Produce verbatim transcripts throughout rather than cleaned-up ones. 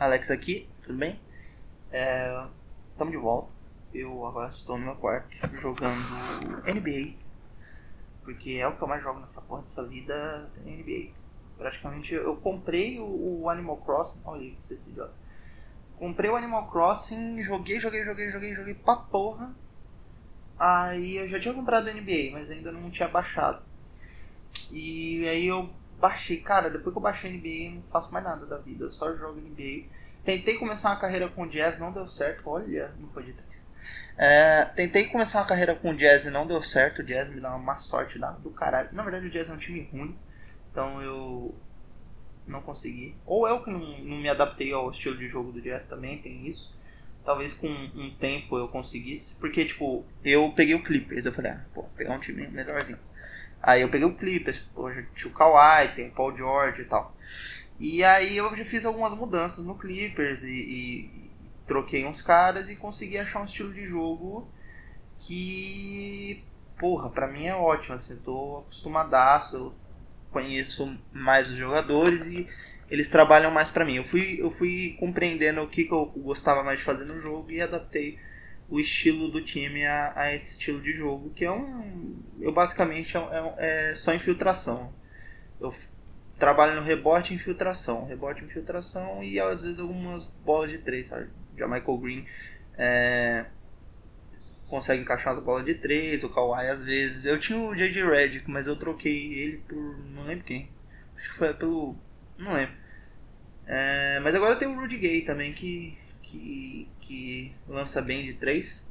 Alex aqui, tudo bem? Estamos de volta. Eu agora estou no meu quarto jogando N B A, porque é o que eu mais jogo nessa porra dessa vida, N B A. Praticamente eu comprei o, o Animal Crossing. Olha aí, você é idiota. Comprei o Animal Crossing, joguei, joguei, joguei, joguei, joguei pra porra. Aí eu já tinha comprado o N B A, mas ainda não tinha baixado. E aí eu baixei, cara, depois que eu baixei N B A, eu não faço mais nada da vida, eu só jogo N B A. Tentei começar uma carreira com jazz, não deu certo, olha, não foi de três. É, tentei começar uma carreira com jazz e não deu certo, o jazz me dá uma má sorte do caralho. Na verdade o jazz é um time ruim, então eu não consegui. Ou eu que não, não me adaptei ao estilo de jogo do jazz também, tem isso. Talvez com um tempo eu conseguisse, porque tipo, eu peguei o Clippers, eu falei, ah, pô, pegar um time melhorzinho. Aí eu peguei o Clippers, hoje tinha o Kawhi, tem o Paul George e tal. E aí eu já fiz algumas mudanças no Clippers e, e troquei uns caras e consegui achar um estilo de jogo que, porra, pra mim é ótimo, assim, eu tô acostumadaço, eu conheço mais os jogadores e eles trabalham mais pra mim. Eu fui, eu fui compreendendo o que, que eu gostava mais de fazer no jogo e adaptei o estilo do time a, a esse estilo de jogo, que é um... Eu basicamente é, é só infiltração. Eu trabalho no rebote e infiltração. Rebote e infiltração e às vezes algumas bolas de três, sabe? Já Michael Green é, consegue encaixar as bolas de três, o Kawhi às vezes. Eu tinha o J J Redick, mas eu troquei ele por não lembro quem. Acho que foi pelo... não lembro. É, mas agora tem o Rudy Gay também que, que, que lança bem de três.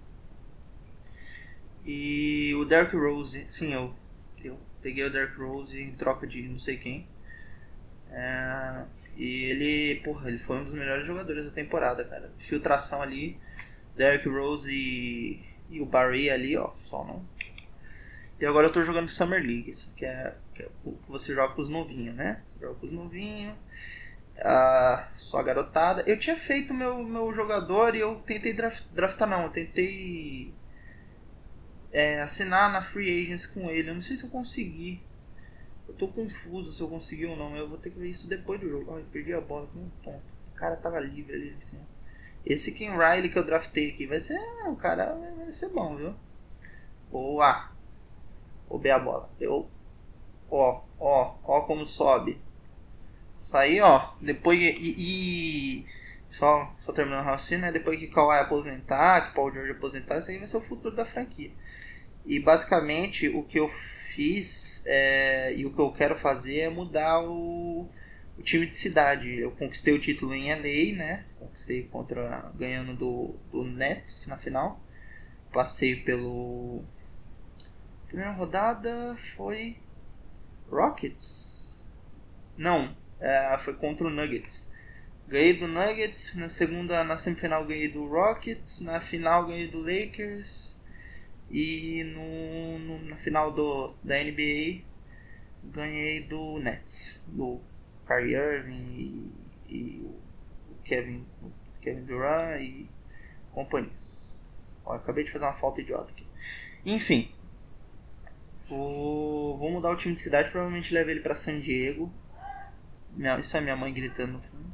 E o Derrick Rose, sim, eu, eu peguei o Derrick Rose em troca de não sei quem. É, e ele, porra, ele foi um dos melhores jogadores da temporada, cara. Filtração ali, Derrick Rose e, e o Barry ali, ó, só não. E agora eu tô jogando Summer League, que é, que é você joga com os novinhos, né? Joga com os novinhos, ah, só a garotada. Eu tinha feito meu, meu jogador e eu tentei draft, draftar, não, eu tentei é, assinar na Free Agents com ele. Eu não sei se eu consegui. Eu tô confuso se eu consegui ou não. Eu vou ter que ver isso depois do jogo. Ai, perdi a bola, que um tonto. O cara tava livre ali, assim. Esse Ken Riley que eu draftei aqui vai ser... O cara vai ser bom, viu? Boa! Roubei a bola. Eu... Ó, ó, ó como sobe. Isso aí, ó. Depois... E... e... Só, só terminando o raciocínio, né? Depois que o Kawhi aposentar, que o Paul George aposentar, isso aí vai ser o futuro da franquia. E basicamente o que eu fiz é, e o que eu quero fazer é mudar o, o time de cidade. Eu conquistei o título em L A, né? Conquistei contra, ganhando do, do Nets na final. Passei pelo... Primeira rodada foi Rockets? Não, é, foi contra o Nuggets. Ganhei do Nuggets, na segunda, na semifinal ganhei do Rockets, na final ganhei do Lakers. E no, no, na final do, da N B A ganhei do Nets, do Kyrie Irving e, e o Kevin, o Kevin Durant e companhia. Ó, acabei de fazer uma falta idiota aqui. Enfim, o, vou mudar o time de cidade, provavelmente levo ele pra San Diego. Minha, isso é minha mãe gritando no fundo.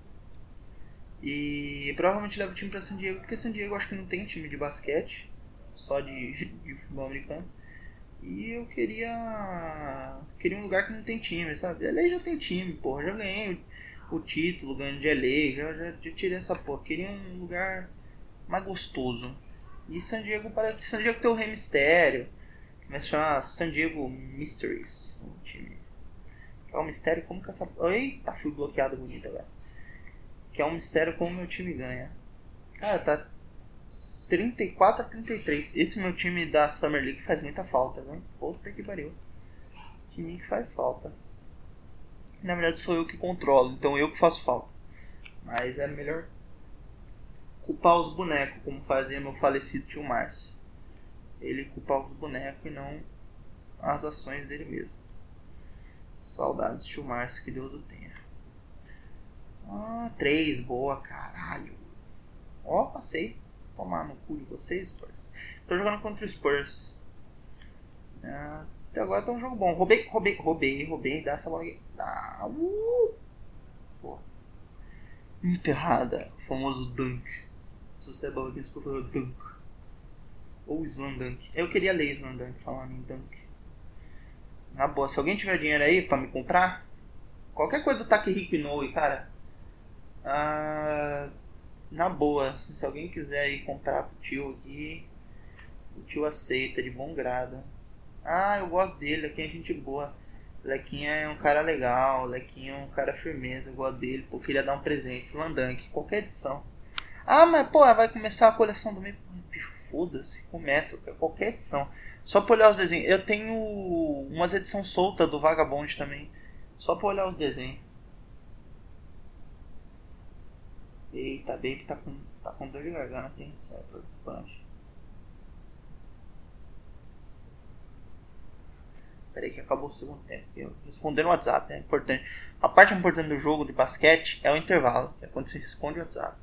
E provavelmente levo o time pra San Diego, porque San Diego acho que não tem time de basquete, só de, de futebol americano. E eu queria. Queria um lugar que não tem time, sabe? L A já tem time, porra. Já ganhei o, o título, ganhando de L A, já, já, já tirei essa porra. Queria um lugar mais gostoso. E San Diego parece que San Diego tem o Rei Mistério. Mas chama San Diego Mysteries. O time. Que é um mistério como que essa. Eita, fui bloqueado bonito agora. Que é um mistério como meu time ganha. Cara, tá trinta e quatro a trinta e três. Esse meu time da Summer League faz muita falta, né? Puta que pariu. Time que faz falta. Na verdade sou eu que controlo, então eu que faço falta. Mas é melhor culpar os bonecos, como fazia meu falecido tio Márcio. Ele culpava os bonecos e não as ações dele mesmo. Saudades tio Márcio, que Deus o tenha. Ah, três, boa, caralho. Ó, passei. Tomar no cu de vocês, Spurs. Tô jogando contra o Spurs. Ah, até agora tá um jogo bom. Roubei, roubei, roubei, roubei. Dá essa bola aqui. Dá. Uh! Porra. Enterrada. O famoso dunk. Se você é babaquinho, você pode falar dunk. Ou slam dunk. Eu queria ler slam dunk, falando em dunk. Na boa, se alguém tiver dinheiro aí pra me comprar, qualquer coisa do Takehiko Inoue, cara. Ah, na boa, se alguém quiser aí comprar pro tio aqui, o tio aceita de bom grado. Ah, eu gosto dele, Lequinha é gente boa. Lequinha é um cara legal, Lequinha é um cara firmeza, eu gosto dele. Pô, queria dar um presente, Slam Dunk, qualquer edição. Ah, mas pô, vai começar a coleção do meio. Bicho, foda-se, começa, qualquer edição. Só pra olhar os desenhos. Eu tenho umas edições soltas do Vagabond também. Só pra olhar os desenhos. Eita, Baby tá com, tá com dor de garganta, hein? Isso é preocupante. Peraí que acabou o segundo tempo. Eu responder no WhatsApp é importante. A parte importante do jogo de basquete é o intervalo, que é quando você responde o WhatsApp.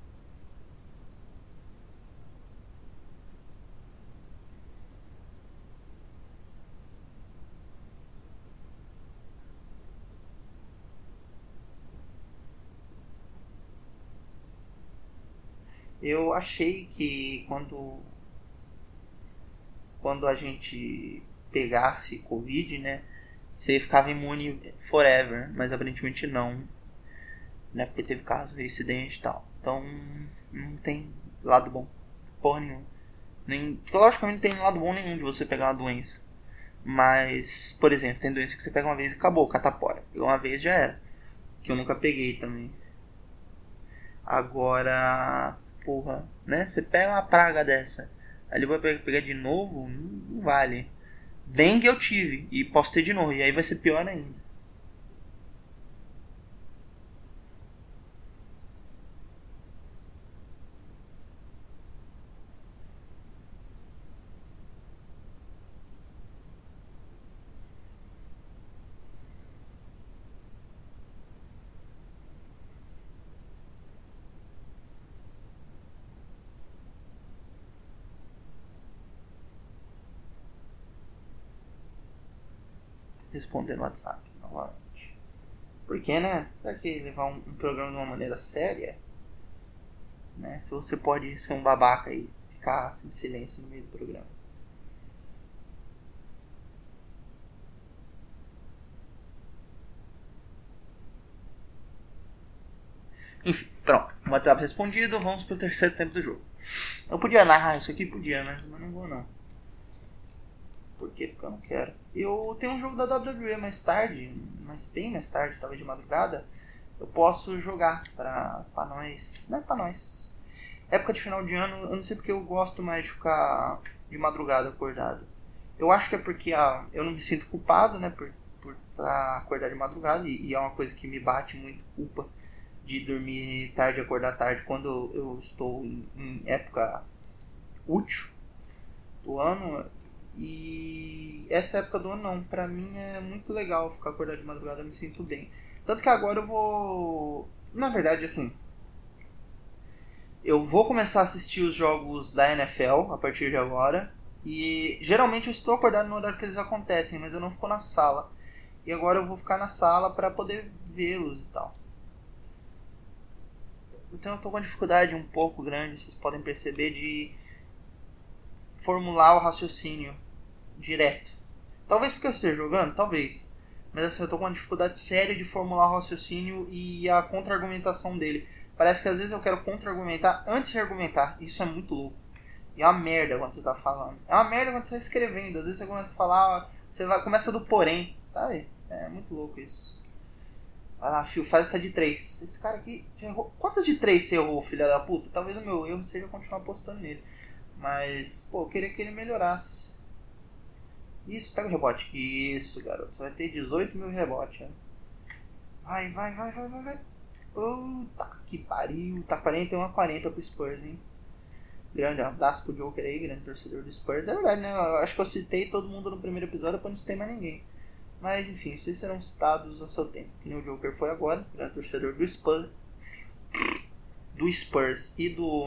Eu achei que quando quando a gente pegasse Covid, né, você ficava imune forever, mas aparentemente não, né, porque teve caso de acidente e tal. Então não tem lado bom, porra nenhuma. Nem, logicamente não tem lado bom nenhum de você pegar uma doença. Mas, por exemplo, tem doença que você pega uma vez e acabou, catapora. Pegou uma vez já era. Que eu nunca peguei também. Agora, porra, né? Você pega uma praga dessa, aí vai pegar de novo, não vale. Dengue eu tive e posso ter de novo, e aí vai ser pior ainda. Responder no WhatsApp novamente. Porque, né? Pra que levar um, um programa de uma maneira séria, né? Se você pode ser um babaca e ficar assim, em silêncio no meio do programa. Enfim, pronto. WhatsApp respondido, vamos pro terceiro tempo do jogo. Eu podia narrar isso aqui? Podia, mas não vou não. Por quê? Porque eu não quero. Eu tenho um jogo da W W E mais tarde, mas bem mais tarde, talvez de madrugada. Eu posso jogar pra, pra nós. Não é pra nós. Época de final de ano, eu não sei porque eu gosto mais de ficar de madrugada acordado. Eu acho que é porque ah, eu não me sinto culpado, né, por por estar acordado de madrugada, e, e é uma coisa que me bate muito, culpa de dormir tarde e acordar tarde quando eu estou em, em época útil do ano. E essa época do ano não, pra mim é muito legal ficar acordado de madrugada, eu me sinto bem. Tanto que agora eu vou... Na verdade, assim, eu vou começar a assistir os jogos da N F L a partir de agora. E geralmente eu estou acordado no horário que eles acontecem, mas eu não fico na sala. E agora eu vou ficar na sala pra poder vê-los e tal. Então eu tô com uma dificuldade um pouco grande, vocês podem perceber, de formular o raciocínio direto. Talvez porque eu esteja jogando, talvez. Mas assim, eu tô com uma dificuldade séria de formular o raciocínio e a contra-argumentação dele. Parece que às vezes eu quero contra-argumentar antes de argumentar. Isso é muito louco. E é uma merda quando você tá falando. É uma merda quando você tá escrevendo. Às vezes você começa a falar, você vai, começa do porém, sabe? É muito louco isso. Vai lá, Fio, faz essa de três. Esse cara aqui já errou. Quantas de três você errou, filha da puta? Talvez o meu erro seja continuar postando nele. Mas, pô, eu queria que ele melhorasse. Isso, pega o rebote. Isso, garoto. Você vai ter dezoito mil rebotes. Né? Vai, vai, vai, vai, vai, vai. Puta que pariu. Tá quarenta e um a quarenta pro Spurs, hein? Grande abraço pro Joker aí, grande torcedor do Spurs. É verdade, né? Eu acho que eu citei todo mundo no primeiro episódio, depois não citei mais ninguém. Mas enfim, vocês serão citados a seu tempo. Que nem o Joker foi agora, grande torcedor do Spurs. Do Spurs e do.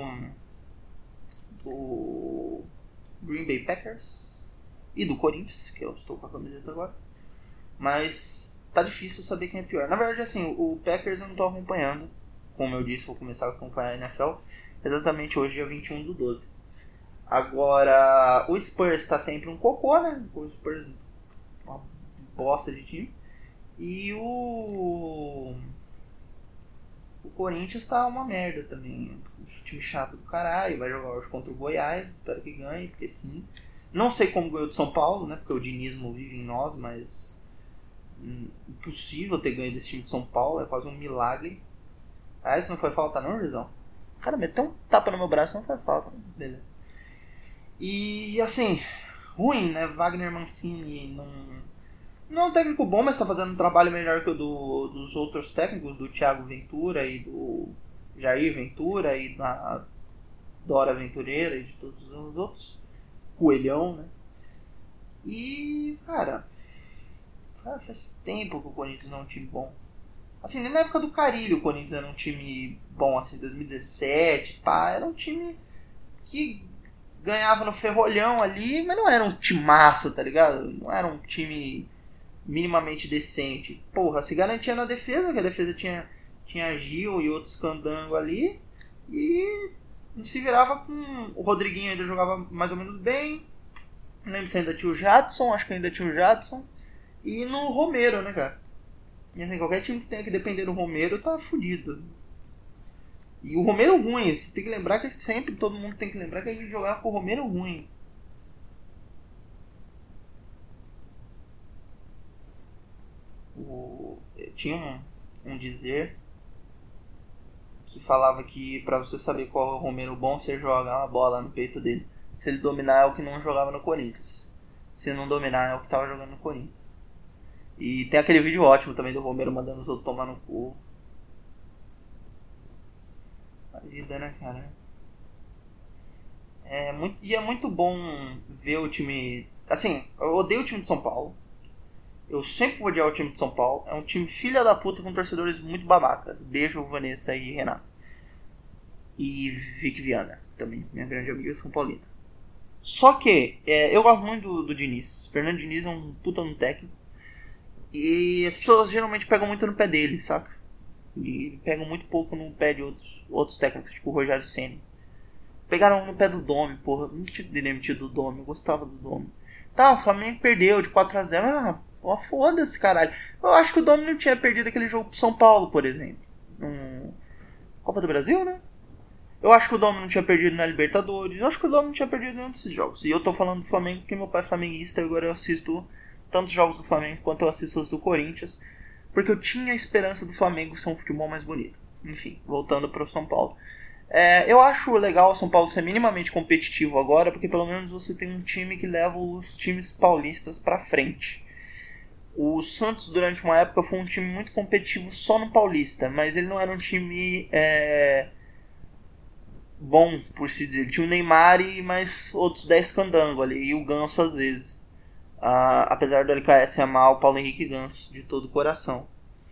Do. Green Bay Packers. E do Corinthians, que eu estou com a camiseta agora. Mas tá difícil saber quem é pior. Na verdade, assim, o Packers eu não tô acompanhando. como eu disse, vou começar a acompanhar a N F L exatamente hoje, dia vinte e um do doze. Agora, o Spurs está sempre um cocô, né? O Spurs uma bosta de time. E o... O Corinthians tá uma merda também. Um time chato do caralho. Vai jogar hoje contra o Goiás. Espero que ganhe, porque sim. Não sei como ganhou de São Paulo, né? Porque o dinismo vive em nós, mas... Hum, impossível ter ganho desse time de São Paulo. É quase um milagre. Ah, isso não foi falta não, Juizão? Cara, meteu um tapa no meu braço, não foi falta. Beleza. E, assim... Ruim, né? Wagner Mancini não... Não é um técnico bom, mas está fazendo um trabalho melhor que o do, dos outros técnicos, do Thiago Ventura e do Jair Ventura e da Dora Aventureira e de todos os outros. Coelhão, né? E, cara, faz tempo que o Corinthians não é um time bom. Assim, nem na época do Carille o Corinthians era um time bom, assim, dois mil e dezessete, pá, era um time que ganhava no ferrolhão ali, mas não era um timaço, tá ligado? Não era um time... minimamente decente. Porra, se garantia na defesa, que a defesa tinha, tinha Gil e outros candango ali. E se virava com... O Rodriguinho ainda jogava mais ou menos bem. Não lembro se ainda tinha o Jadson, acho que ainda tinha o Jadson. E no Romero, né, cara? E assim, qualquer time que tenha que depender do Romero tá fudido. E o Romero ruim, você tem que lembrar que sempre todo mundo tem que lembrar que a gente jogava com o Romero ruim. O, tinha um, um dizer que falava que pra você saber qual é o Romero bom, você joga uma bola no peito dele. Se ele dominar é o que não jogava no Corinthians. Se não dominar é o que tava jogando no Corinthians. E tem aquele vídeo ótimo também do Romero mandando os outros tomar no cu. A vida, né, cara? É muito, e é muito bom ver o time... Assim, eu odeio o time de São Paulo. Eu sempre vou odiar o time de São Paulo. É um time filha da puta com torcedores muito babacas. Beijo, Vanessa e Renato. E Vic Viana, também, minha grande amiga São Paulina. Só que, é, eu gosto muito do, do Diniz. Fernando Diniz é um puta no técnico. E as pessoas geralmente pegam muito no pé dele, saca? E pegam muito pouco no pé de outros, outros técnicos, tipo o Rogério Ceni. Pegaram no pé do Domi, porra. Não tinha demitido do Domi, eu gostava do Domi. Tá, o Flamengo perdeu de quatro a zero. Ah, ó, foda-se, caralho. Eu acho que o Domi não tinha perdido aquele jogo pro São Paulo, por exemplo. Um... Copa do Brasil, né? Eu acho que o Domi não tinha perdido na Libertadores. Eu acho que o Domi não tinha perdido nenhum desses jogos. E eu tô falando do Flamengo porque meu pai é flamenguista e agora eu assisto tantos jogos do Flamengo quanto eu assisto os do Corinthians. Porque eu tinha a esperança do Flamengo ser um futebol mais bonito. Enfim, voltando pro São Paulo. É, eu acho legal o São Paulo ser minimamente competitivo agora, porque pelo menos você tem um time que leva os times paulistas pra frente. O Santos durante uma época foi um time muito competitivo só no Paulista, mas ele não era um time é, bom, por se dizer. Tinha o Neymar e mais outros dez candangos ali, e o Ganso às vezes. Ah, apesar do L K S amar o Paulo Henrique Ganso de todo o coração.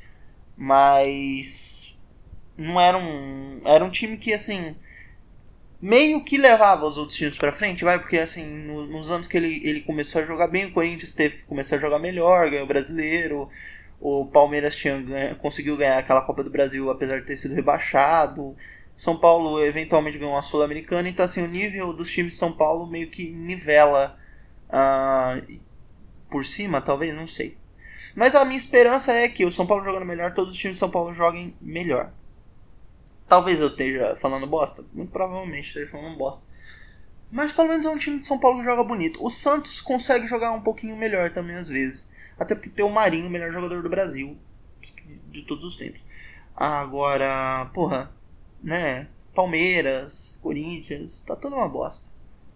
Mas não era um, era um time que assim meio que levava os outros times pra frente, vai, porque assim no, nos anos que ele, ele começou a jogar bem, o Corinthians teve que começar a jogar melhor, ganhou o Brasileiro, o Palmeiras tinha ganha, conseguiu ganhar aquela Copa do Brasil apesar de ter sido rebaixado, São Paulo eventualmente ganhou uma Sul-Americana, então assim o nível dos times de São Paulo meio que nivela uh, por cima, talvez, não sei. Mas a minha esperança é que o São Paulo jogando melhor, todos os times de São Paulo joguem melhor. Talvez eu esteja falando bosta, muito provavelmente esteja falando bosta. Mas pelo menos é um time de São Paulo que joga bonito. O Santos consegue jogar um pouquinho melhor também às vezes. Até porque tem o Marinho, o melhor jogador do Brasil de todos os tempos. Agora, porra, né? Palmeiras, Corinthians, tá tudo uma bosta.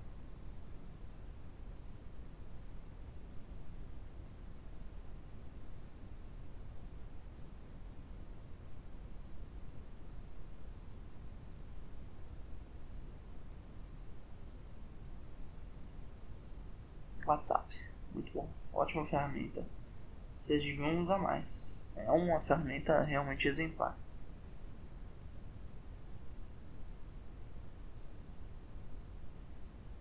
WhatsApp, muito bom, ótima ferramenta. Vocês deviam usar mais. É uma ferramenta realmente exemplar.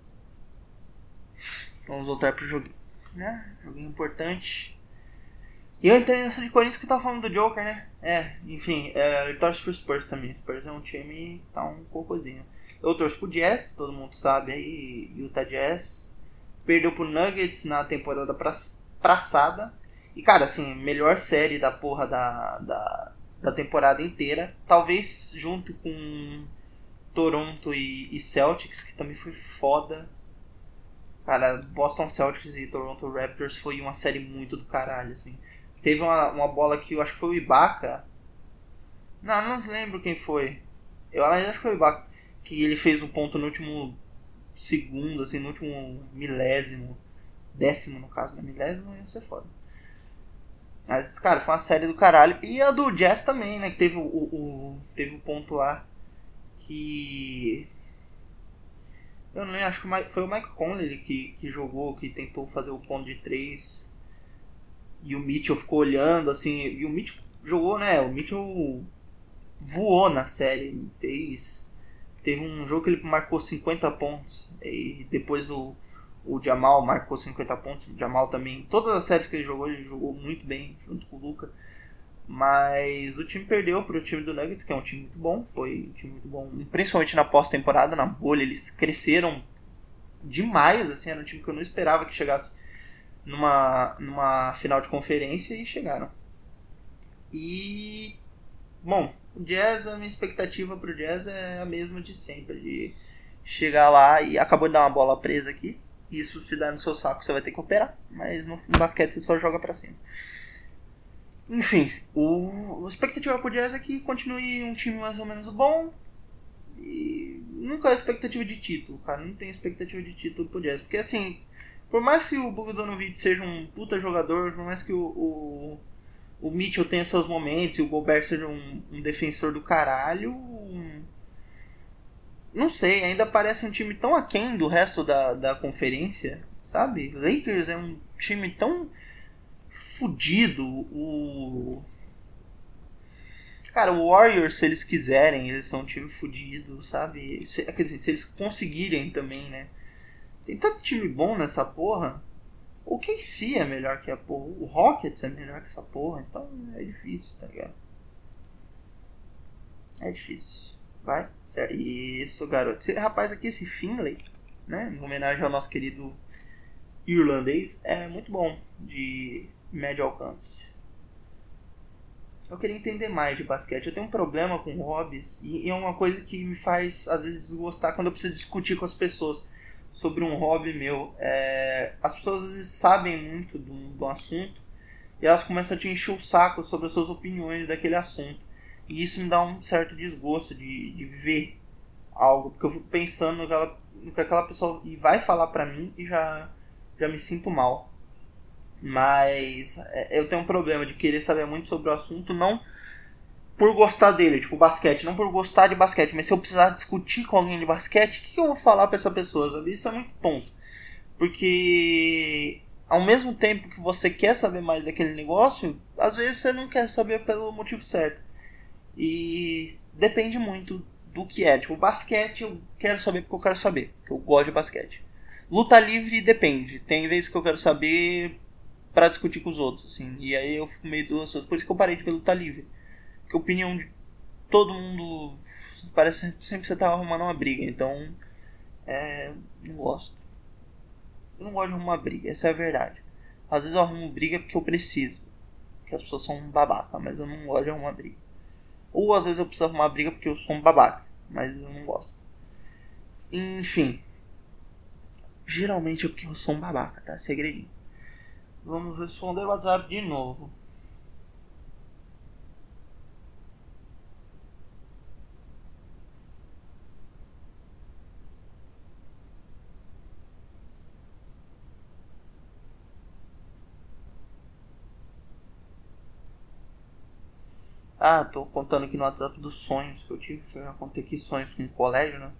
Vamos voltar pro joguinho, né? Joguinho importante. E eu entrei nessa de Corinthians que eu tava falando do Joker, né? É, enfim, é, ele torce pro Spurs também. Spurs é um time que tá um cocôzinho. Eu torço pro Jazz, todo mundo sabe aí, Utah Jazz. Perdeu pro Nuggets na temporada passada. E, cara, assim, melhor série da porra da, da, da temporada inteira. Talvez junto com Toronto e, e Celtics, que também foi foda. Cara, Boston Celtics e Toronto Raptors foi uma série muito do caralho, assim. Teve uma, uma bola que eu acho que foi o Ibaka. Não, não lembro quem foi. Eu acho que foi o Ibaka. Que ele fez um ponto no último segundo, assim, no último milésimo. Décimo, no caso, né? Milésimo ia ser foda. Mas, cara, foi uma série do caralho. E a do Jazz também, né? Que teve o, o, teve o ponto lá que... Eu não lembro, acho que foi o Mike Conley que, que jogou, que tentou fazer o ponto de três. E o Mitchell ficou olhando, assim. E o Mitchell jogou, né? O Mitchell voou na série. Fez... Teve um jogo que ele marcou cinquenta pontos. E depois o, o Jamal marcou cinquenta pontos. O Jamal também. Todas as séries que ele jogou, ele jogou muito bem, junto com o Luka. Mas o time perdeu para o time do Nuggets, que é um time muito bom. Foi um time muito bom, principalmente na pós-temporada, na bolha. Eles cresceram demais. Assim, era um time que eu não esperava que chegasse numa, numa final de conferência e chegaram. E... Bom, o Jazz, a minha expectativa pro Jazz é a mesma de sempre, de chegar lá e acabou de dar uma bola presa aqui. Isso se dá no seu saco, você vai ter que operar, mas no basquete você só joga pra cima. Enfim, o, a expectativa pro Jazz é que continue um time mais ou menos bom. E nunca é expectativa de título, cara, não tem expectativa de título pro Jazz. Porque assim, por mais que o Bogdanovic seja um puta jogador, por mais que o... o O Mitchell tem seus momentos e o Gobert seja um, um defensor do caralho. Um... Não sei, ainda parece um time tão aquém do resto da, da conferência, sabe? Lakers é um time tão fudido. O... Cara, o Warriors, se eles quiserem, eles são um time fudido, sabe? Se, quer dizer, se eles conseguirem também, né? Tem tanto time bom nessa porra. O K C é melhor que a porra. O Rockets é melhor que essa porra. Então é difícil, tá ligado? É difícil. Vai? Certo. Isso, garoto. Esse rapaz aqui, esse Finlay, né? Em homenagem ao nosso querido irlandês, é muito bom de médio alcance. Eu queria entender mais de basquete. Eu tenho um problema com hobbies e é uma coisa que me faz, às vezes, desgostar quando eu preciso discutir com as pessoas sobre um hobby meu. É... As pessoas às vezes sabem muito do, do assunto e elas começam a te encher o saco sobre as suas opiniões daquele assunto. E isso me dá um certo desgosto de, de ver algo, porque eu fico pensando no que, ela, no que aquela pessoa vai falar pra mim e já, já me sinto mal. Mas é, eu tenho um problema de querer saber muito sobre o assunto, não por gostar dele, tipo basquete, não por gostar de basquete, mas se eu precisar discutir com alguém de basquete, o que, que eu vou falar pra essa pessoa, sabe? Isso é muito tonto, porque ao mesmo tempo que você quer saber mais daquele negócio, às vezes você não quer saber pelo motivo certo, e depende muito do que é. Tipo, basquete eu quero saber porque eu quero saber, porque eu gosto de basquete. Luta livre depende, tem vezes que eu quero saber pra discutir com os outros, assim, e aí eu fico meio duas. Por isso que eu parei de ver luta livre. Porque a opinião de todo mundo parece sempre que você tá arrumando uma briga. Então, é... não gosto. Eu não gosto de arrumar briga, essa é a verdade. Às vezes eu arrumo briga porque eu preciso. Porque as pessoas são um babaca, mas eu não gosto de arrumar briga. Ou às vezes eu preciso arrumar briga porque eu sou um babaca, mas eu não gosto. Enfim. Geralmente é porque eu sou um babaca, tá? Segredinho. Vamos responder o WhatsApp de novo. Ah, tô contando aqui no WhatsApp dos sonhos que eu tive. Eu já contei aqui sonhos com o colégio, né?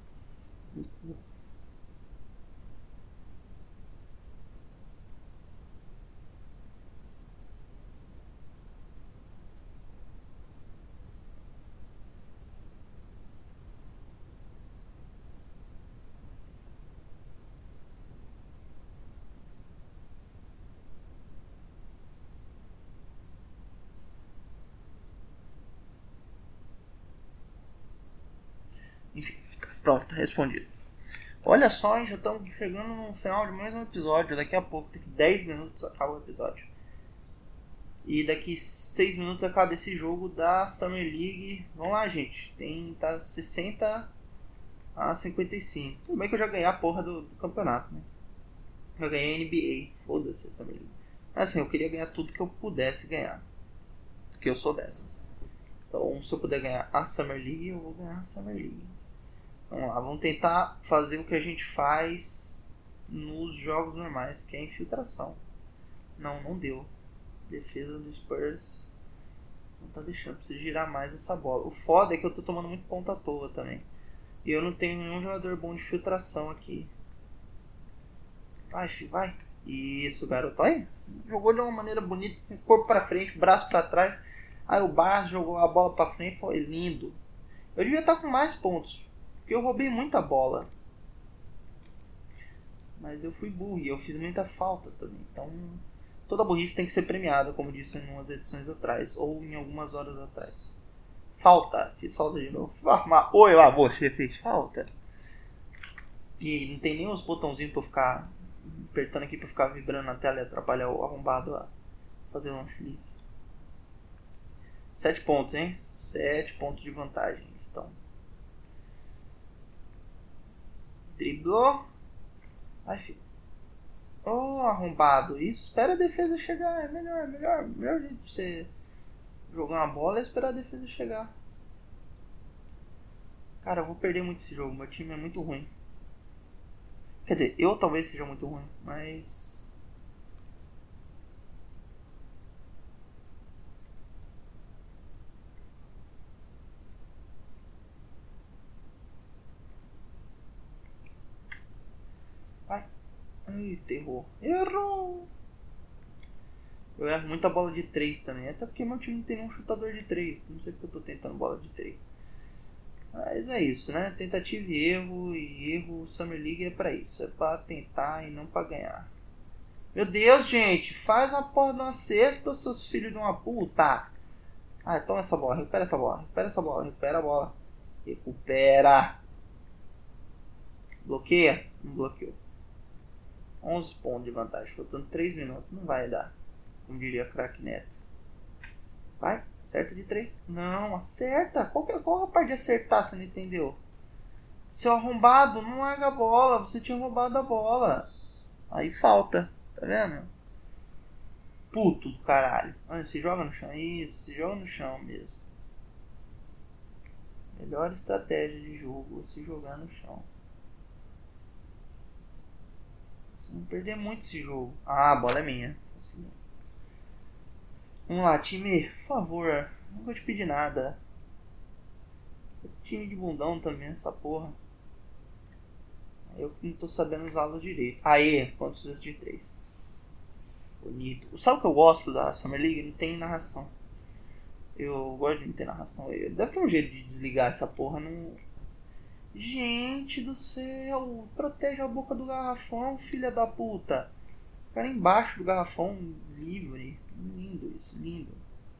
Enfim, pronto, tá respondido. Olha só, hein, já estamos chegando no final de mais um episódio. Daqui a pouco, daqui dez minutos acaba o episódio. E daqui seis minutos acaba esse jogo da Summer League. Vamos lá, gente. Tem, tá sessenta a cinquenta e cinco. Tudo bem que eu já ganhei a porra do, do campeonato, né? Eu ganhei a N B A. Foda-se a Summer League. Mas assim, eu queria ganhar tudo que eu pudesse ganhar. Porque eu sou dessas. Então, se eu puder ganhar a Summer League, eu vou ganhar a Summer League. Vamos lá, vamos tentar fazer o que a gente faz nos jogos normais, que é infiltração. Não, não deu. Defesa do Spurs não tá deixando, preciso girar mais essa bola. O foda é que eu tô tomando muito ponto à toa também. E eu não tenho nenhum jogador bom de filtração aqui. Vai, filho, vai. Isso, garoto. Aí, jogou de uma maneira bonita, corpo pra frente, braço pra trás. Aí o Barros jogou a bola pra frente, foi lindo. Eu devia estar com mais pontos, porque eu roubei muita bola. Mas eu fui burro e eu fiz muita falta também. Então, toda burrice tem que ser premiada, como disse em umas edições atrás, ou em algumas horas atrás. Falta, fiz falta de novo. Oi, lá, você fez falta. E não tem nem os botãozinhos pra eu ficar apertando aqui pra ficar vibrando na tela e atrapalhar o arrombado a fazer lance livre. Sete pontos, hein? Sete pontos de vantagem estão. Driblou. Vai, filho. Oh, arrombado. Isso, espera a defesa chegar. É melhor, melhor. Melhor jeito de você jogar uma bola é esperar a defesa chegar. Cara, eu vou perder muito esse jogo. Meu time é muito ruim. Quer dizer, eu talvez seja muito ruim, mas... Vai. Eita, errou. Errou! Eu erro muita bola de três também. Até porque meu time não tem nenhum chutador de três. Não sei porque eu tô tentando bola de três. Mas é isso, né? Tentativa e erro. E erro, Summer League é pra isso. É pra tentar e não pra ganhar. Meu Deus, gente. Faz uma porra de uma cesta, seus filhos de uma puta. Ah, toma essa bola. Recupera essa bola. Recupera essa bola. Recupera a bola. Recupera. Bloqueia? Não bloqueou. onze pontos de vantagem. Faltando três minutos. Não vai dar. Como diria craque Neto. Vai. Acerta de três. Não, acerta. Qual, que, qual a parte de acertar, você não entendeu? Seu arrombado, não larga a bola. Você tinha roubado a bola. Aí falta. Tá vendo? Puto do caralho. Olha, se joga no chão. Isso, se joga no chão mesmo. Melhor estratégia de jogo. Se jogar no chão. Se não perder muito esse jogo. Ah, a bola é minha. Vamos lá, time, por favor, não vou te pedir nada. Time de bundão também, essa porra. Eu não tô sabendo usá-lo direito. Aê, quantos vezes de três. Bonito. Sabe o que eu gosto da Summer League? Não tem narração. Eu gosto de não ter narração. Deve ter um jeito de desligar essa porra. Não... Gente do céu, protege a boca do garrafão, filha da puta. Cara embaixo do garrafão livre. Lindo isso, lindo.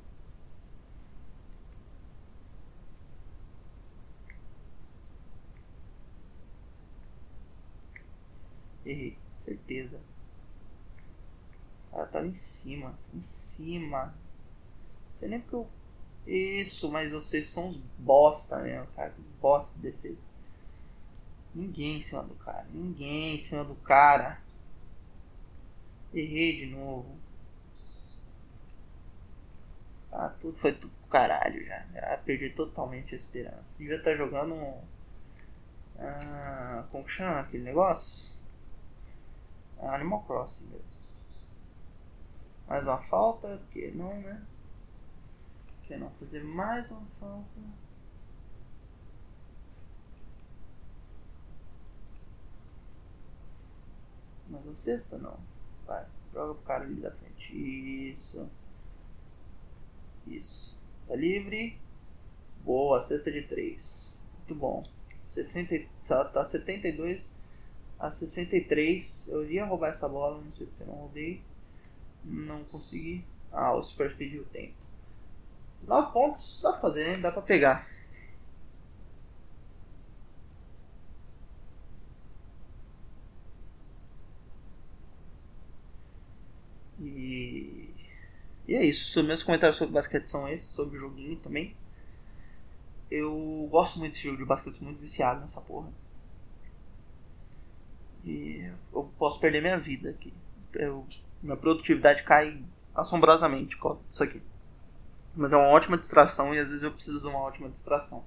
Errei, certeza. Ela tava em cima, em cima. Não sei nem porque eu... Isso, mas vocês são uns bosta mesmo, cara. Bosta de defesa. Ninguém em cima do cara, ninguém em cima do cara. Errei de novo. Ah, tudo foi tudo pro caralho já. Já perdi totalmente a esperança. Devia estar jogando um... Ah, como que chama aquele negócio? Ah, Animal Crossing mesmo. Mais uma falta? Porque não, né? Porque não fazer mais uma falta? Mais uma sexta? Não. Vai, joga pro cara ali da frente. Isso. Isso. Tá livre. Boa, cesta de três. Muito bom. sessenta, tá setenta e dois a sessenta e três. Eu ia roubar essa bola, não sei porque eu não roubei. Não consegui. Ah, o Spurs pediu tempo. nove pontos, dá pra fazer, hein? Dá pra pegar. E... E é isso. Meus comentários sobre basquete são esses. Sobre o joguinho também. Eu gosto muito desse jogo de basquete. Sou muito viciado nessa porra. E eu posso perder minha vida aqui. Eu... Minha produtividade cai assombrosamente com isso aqui. Mas é uma ótima distração e às vezes eu preciso de uma ótima distração.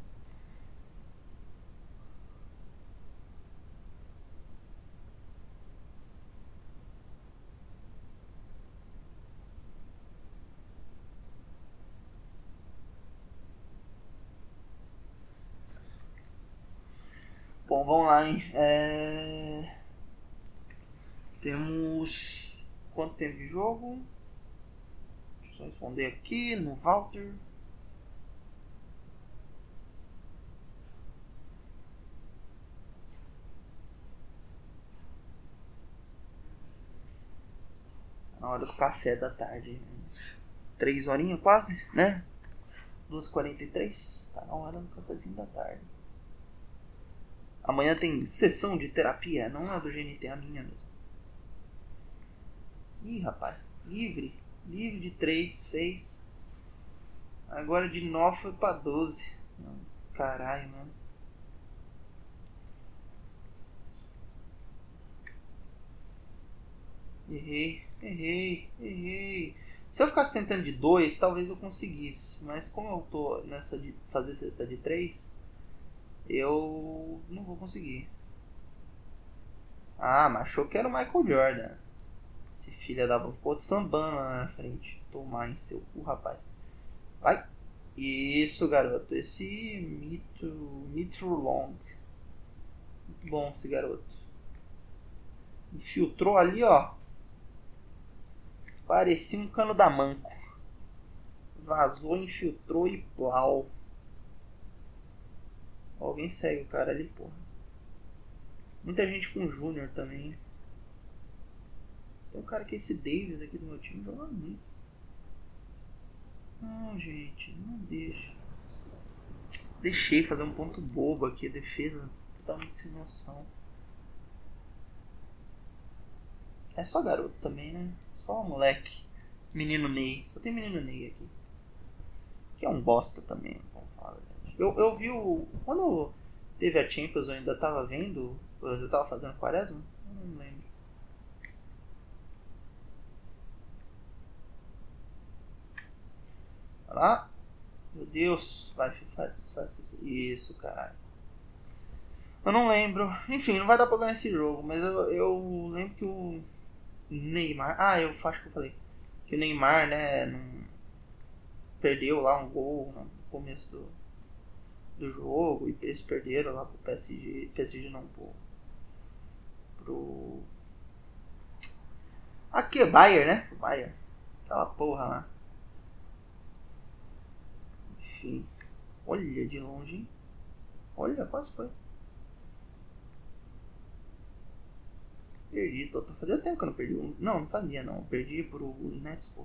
Bom, vamos lá, hein? É... Temos... Quanto tempo de jogo? Deixa eu só responder aqui no Walter. Na hora do café da tarde. Três horinhas quase, né? duas e quarenta e três. Tá na hora do cafezinho da tarde. Amanhã tem sessão de terapia. Não é do G N T, é a minha mesmo. Ih, rapaz. Livre. Livre de três. Fez. Agora de nove foi pra doze. Caralho, mano. Errei. Errei. Errei. Se eu ficasse tentando de dois, talvez eu conseguisse. Mas como eu tô nessa de fazer cesta de três, eu não vou conseguir. Ah, mas achou que era o Michael Jordan. Esse filho da puta ficou sambando lá na frente. Tomar em seu cu, rapaz. Vai. Isso, garoto. Esse Mitro, Mitro Long. Muito bom esse garoto. Infiltrou ali, ó. Parecia um cano da manco. Vazou, infiltrou e plau. Alguém segue o cara ali, porra. Muita gente com Júnior também. Tem um cara que é esse Davis aqui do meu time jogando muito. Não, gente, não deixa. Deixei fazer um ponto bobo aqui. A defesa totalmente sem noção. É só garoto também, né? Só moleque. Menino Ney. Só tem menino Ney aqui. Que é um bosta também, vamos falar a verdade. Eu, eu vi o... Quando teve a Champions eu ainda tava vendo... Eu tava fazendo quaresma? Eu não lembro. Olha lá. Meu Deus. Vai, faz, faz isso, caralho. Eu não lembro. Enfim, não vai dar pra ganhar esse jogo. Mas eu, eu lembro que o Neymar... Ah, eu acho que eu falei. Que o Neymar, né... Não... Perdeu lá um gol no começo do, do jogo. E eles perderam lá pro P S G. P S G não, pro... Pro... Aqui é Bayern, né? Pro Bayern. Aquela porra lá. Enfim. Olha de longe, hein? Olha, quase foi. Perdi, tô, tô fazia tempo que eu não perdi um. Não, não fazia não. Perdi pro Nets, porra.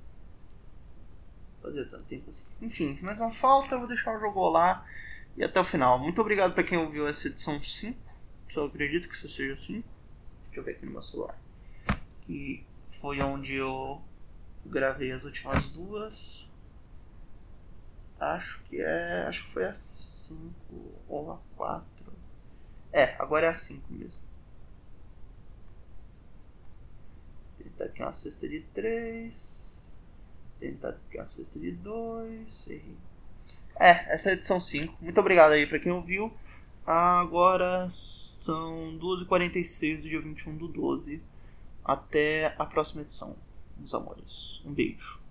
Fazia tanto tempo assim. Enfim, mais uma falta, eu vou deixar o jogo lá e até o final. Muito obrigado pra quem ouviu essa edição cinco. Só acredito que isso seja cinco. Deixa eu ver aqui no meu celular. Que foi onde eu gravei as últimas duas. Acho que é. Acho que foi a cinco ou a quatro. É, agora é a cinco mesmo. Tentar aqui uma cesta de três. Tentar aqui uma cesta de dois. É, essa é a edição cinco. Muito obrigado aí pra quem ouviu. Agora são duas e quarenta e seis do dia vinte e um do doze. Até a próxima edição, meus amores. Um beijo.